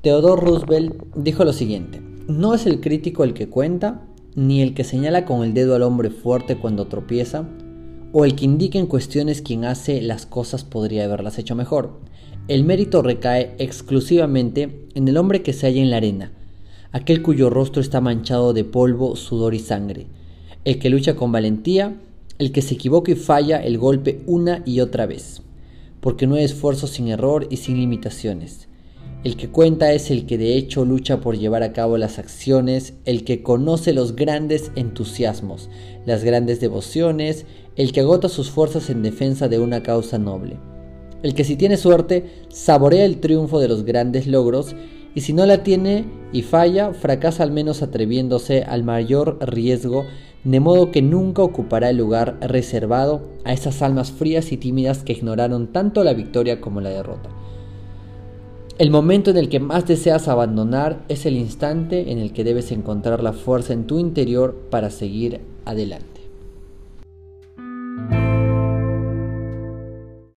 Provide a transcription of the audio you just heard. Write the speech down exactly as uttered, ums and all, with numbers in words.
Theodore Roosevelt dijo lo siguiente: no es el crítico el que cuenta, ni el que señala con el dedo al hombre fuerte cuando tropieza, o el que indica en cuestiones quien hace las cosas podría haberlas hecho mejor. El mérito recae exclusivamente en el hombre que se halla en la arena, aquel cuyo rostro está manchado de polvo, sudor y sangre, el que lucha con valentía, el que se equivoca y falla el golpe una y otra vez, porque no hay esfuerzo sin error y sin limitaciones. El que cuenta es el que de hecho lucha por llevar a cabo las acciones, el que conoce los grandes entusiasmos, las grandes devociones, el que agota sus fuerzas en defensa de una causa noble. El que si tiene suerte, saborea el triunfo de los grandes logros, y si no la tiene y falla, fracasa al menos atreviéndose al mayor riesgo, de modo que nunca ocupará el lugar reservado a esas almas frías y tímidas que ignoraron tanto la victoria como la derrota. El momento en el que más deseas abandonar es el instante en el que debes encontrar la fuerza en tu interior para seguir adelante.